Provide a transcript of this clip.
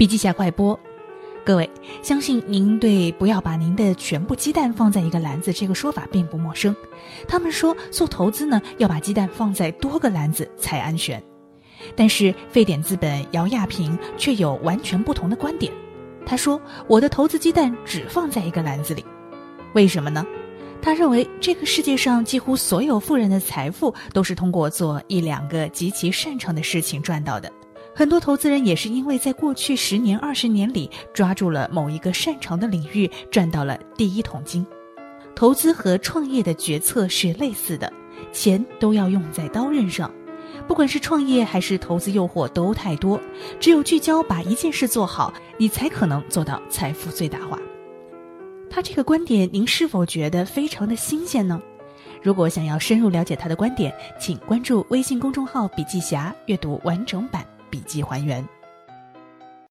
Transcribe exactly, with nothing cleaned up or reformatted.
笔记侠快播。各位，相信您对不要把您的全部鸡蛋放在一个篮子这个说法并不陌生。他们说做投资呢，要把鸡蛋放在多个篮子才安全。但是沸点资本姚亚平却有完全不同的观点。他说，我的投资鸡蛋只放在一个篮子里。为什么呢？他认为这个世界上几乎所有富人的财富都是通过做一两个极其擅长的事情赚到的。很多投资人也是因为在过去十年、二十年里抓住了某一个擅长的领域，赚到了第一桶金。投资和创业的决策是类似的，钱都要用在刀刃上。不管是创业还是投资，诱惑都太多，只有聚焦把一件事做好，你才可能做到财富最大化。他这个观点，您是否觉得非常的新鲜呢？如果想要深入了解他的观点，请关注微信公众号笔记侠，阅读完整版笔记还原。